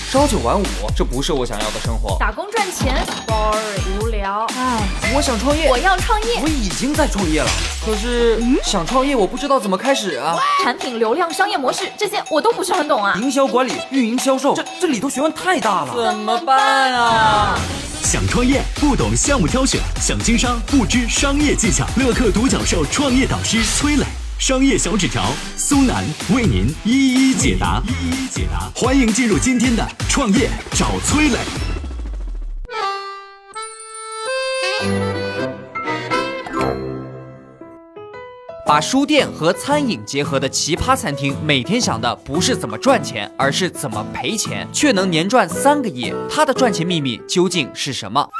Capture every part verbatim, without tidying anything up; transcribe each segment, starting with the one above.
朝九晚五，这不是我想要的生活。 打工赚钱 ，boring 无聊。 唉，我想创业， 我要创业。 我已经在创业了，可是、嗯、想创业我不知道怎么开始啊。 产品、流量、商业模式这些我都不是很懂啊。 营销管理、运营、销售，这这里头学问太大了，怎么办啊？ 想创业不懂项目挑选，想经商不知商业技巧。乐客独角兽创业导师崔磊，商业小纸条苏南为您一一解答，一一解答。欢迎进入今天的创业找崔磊。 把书店和餐饮结合的奇葩餐厅，每天想的不是怎么赚钱，而是怎么赔钱，却能年赚三个亿。它的赚钱秘密究竟是什么？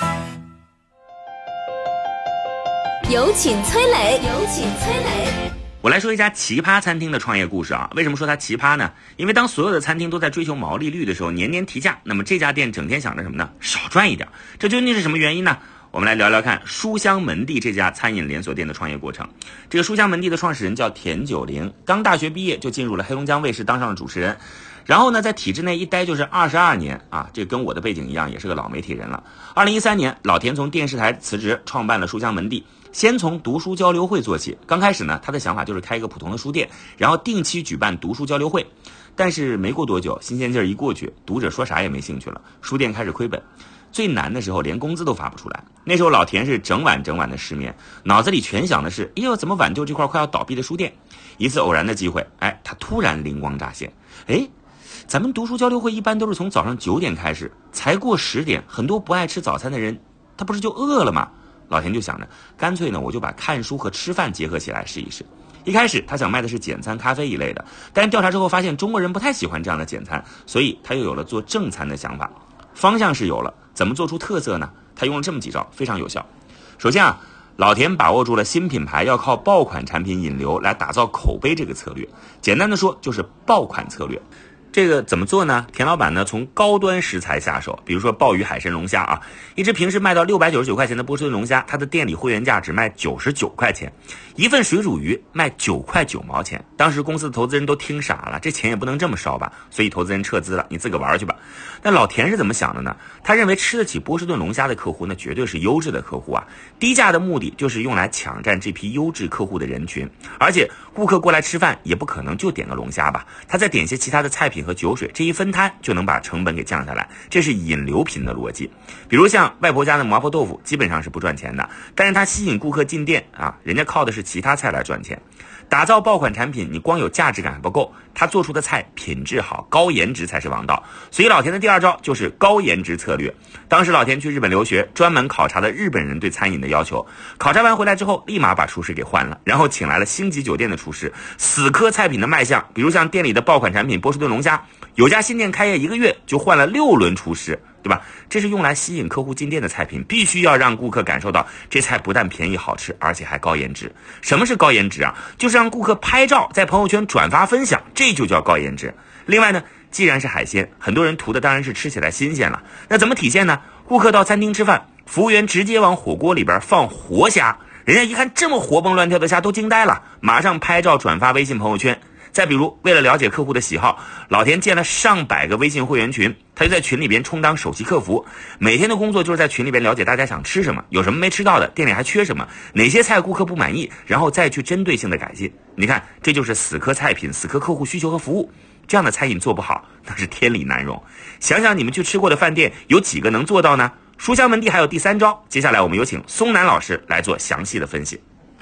有请崔磊，有请崔磊。 我来说一家奇葩餐厅的创业故事啊。为什么说它奇葩呢？因为当所有的餐厅都在追求毛利率的时候，年年提价，那么这家店整天想着什么呢？少赚一点。这究竟是什么原因呢？我们来聊聊看书香门第这家餐饮连锁店的创业过程。这个书香门第的创始人叫田九龄，刚大学毕业就进入了黑龙江卫视当上了主持人，然后呢在体制内一待就是二十二年啊，这跟我的背景一样，也是个老媒体人了。二零一三年老田从电视台辞职，创办了书香门第。先从读书交流会做起，刚开始呢他的想法就是开一个普通的书店，然后定期举办读书交流会。但是没过多久，新鲜劲儿一过去，读者说啥也没兴趣了，书店开始亏本。最难的时候连工资都发不出来，那时候老田是整晚整晚的失眠，脑子里全想的是哎呦怎么挽救这块快要倒闭的书店。一次偶然的机会，哎他突然灵光乍现，哎咱们读书交流会一般都是从早上九点开始，才过十点，很多不爱吃早餐的人他不是就饿了吗？老田就想着干脆呢我就把看书和吃饭结合起来试一试。一开始他想卖的是简餐咖啡一类的，但是调查之后发现中国人不太喜欢这样的简餐，所以他又有了做正餐的想法。方向是有了，怎么做出特色呢？他用了这么几招，非常有效。首先啊，老田把握住了新品牌要靠爆款产品引流来打造口碑这个策略。简单的说就是爆款策略。这个怎么做呢？田老板呢从高端食材下手，比如说鲍鱼、海参、龙虾啊，一只平时卖到六百九十九块钱的波士顿龙虾，他的店里会员价只卖九十九块钱；一份水煮鱼卖九块九毛钱。当时公司的投资人都听傻了，这钱也不能这么烧吧，所以投资人撤资了，你自个玩去吧。但老田是怎么想的呢？他认为吃得起波士顿龙虾的客户那绝对是优质的客户啊，低价的目的就是用来抢占这批优质客户的人群，而且顾客过来吃饭也不可能就点个龙虾吧，他再点些其他的菜品和酒水，这一分摊就能把成本给降下来，这是引流品的逻辑。比如像外婆家的麻婆豆腐基本上是不赚钱的，但是它吸引顾客进店啊，人家靠的是其他菜来赚钱。打造爆款产品，你光有价值感还不够，他做出的菜品质好，高颜值才是王道。所以老田的第二招就是高颜值策略。当时老田去日本留学，专门考察了日本人对餐饮的要求，考察完回来之后立马把厨师给换了，然后请来了星级酒店的厨师，死磕菜品的卖相。比如像店里的爆款产品波士顿龙虾，有家新店开业一个月就换了六轮厨师，对吧？这是用来吸引客户进店的菜品，必须要让顾客感受到这菜不但便宜好吃，而且还高颜值。什么是高颜值啊？就是让顾客拍照在朋友圈转发分享，这就叫高颜值。另外呢，既然是海鲜，很多人图的当然是吃起来新鲜了，那怎么体现呢？顾客到餐厅吃饭，服务员直接往火锅里边放活虾，人家一看这么活蹦乱跳的虾都惊呆了，马上拍照转发微信朋友圈。再比如为了了解客户的喜好，老田建了上百个微信会员群，他就在群里边充当首席客服，每天的工作就是在群里边了解大家想吃什么，有什么没吃到的，店里还缺什么，哪些菜顾客不满意，然后再去针对性的改进。你看这就是死磕菜品，死磕客户需求和服务，这样的餐饮做不好那是天理难容。想想你们去吃过的饭店有几个能做到呢？书香门第还有第三招，接下来我们有请松南老师来做详细的分析。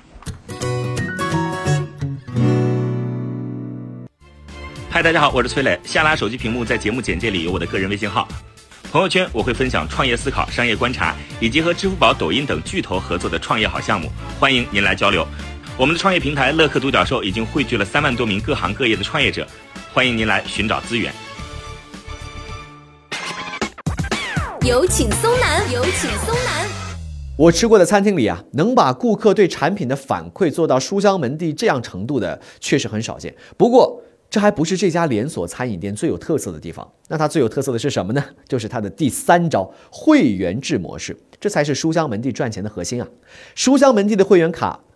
嗨，大家好，我是崔磊。下拉手机屏幕，在节目简介里有我的个人微信号。朋友圈我会分享创业思考、商业观察，以及和支付宝、抖音等巨头合作的创业好项目，欢迎您来交流。我们的创业平台乐客独角兽已经汇聚了三万多名各行各业的创业者，欢迎您来寻找资源。 有请松南，有请松南。 我吃过的餐厅里啊，能把顾客对产品的反馈做到书香门第这样程度的，确实很少见。不过这还不是这家连锁餐饮店最有特色的地方，那它最有特色的是什么呢？就是它的第三招，会员制模式，这才是书香门第赚钱的核心啊！书香门第的会员卡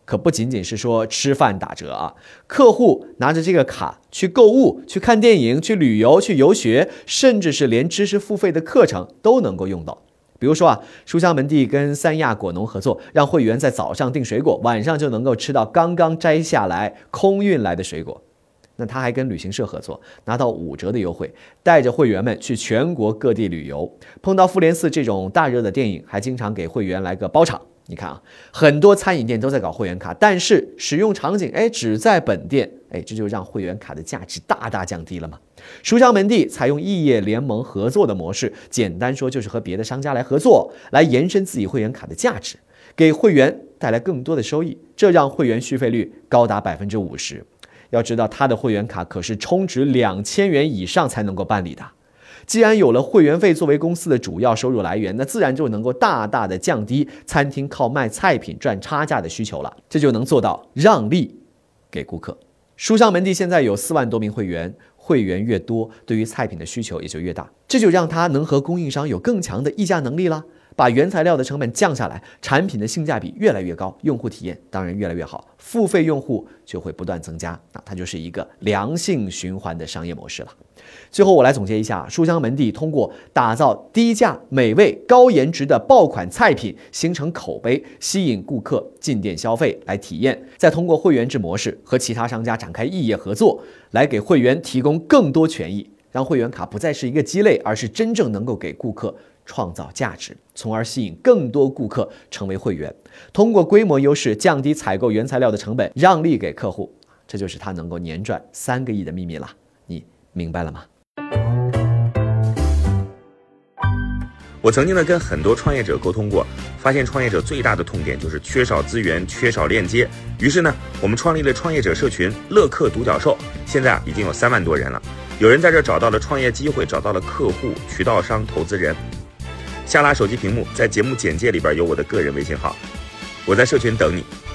可不仅仅是说吃饭打折啊，客户拿着这个卡去购物、去看电影、去旅游、去游学，甚至是连知识付费的课程都能够用到。比如说啊，书香门第跟三亚果农合作，让会员在早上订水果，晚上就能够吃到刚刚摘下来、空运来的水果。那他还跟旅行社合作，拿到五折的优惠，带着会员们去全国各地旅游。碰到复联四这种大热的电影，还经常给会员来个包场。你看啊，很多餐饮店都在搞会员卡，但是使用场景哎只在本店，哎这就让会员卡的价值大大降低了嘛。书香门第采用异业联盟合作的模式，简单说就是和别的商家来合作，来延伸自己会员卡的价值，给会员带来更多的收益，这让会员续费率高达百分之五十。要知道，他的会员卡可是充值两千元以上才能够办理的。既然有了会员费作为公司的主要收入来源，那自然就能够大大的降低餐厅靠卖菜品赚差价的需求了，这就能做到让利给顾客。书香门第现在有四万多名会员，会员越多，对于菜品的需求也就越大，这就让他能和供应商有更强的议价能力了，把原材料的成本降下来，产品的性价比越来越高，用户体验当然越来越好，付费用户就会不断增加，那它就是一个良性循环的商业模式了。最后我来总结一下，书香门第通过打造低价、美味、高颜值的爆款菜品，形成口碑，吸引顾客进店消费来体验，再通过会员制模式和其他商家展开异业合作，来给会员提供更多权益，让会员卡不再是一个鸡肋，而是真正能够给顾客创造价值，从而吸引更多顾客成为会员。通过规模优势降低采购原材料的成本，让利给客户，这就是他能够年赚三个亿的秘密了。你明白了吗？ 我曾经呢跟很多创业者沟通过，发现创业者最大的痛点就是缺少资源、缺少链接。于是呢，我们创立了创业者社群乐客独角兽，现在啊已经有三万多人了。有人在这找到了创业机会，找到了客户、渠道商、投资人。下拉手机屏幕，在节目简介里边有我的个人微信号，我在社群等你。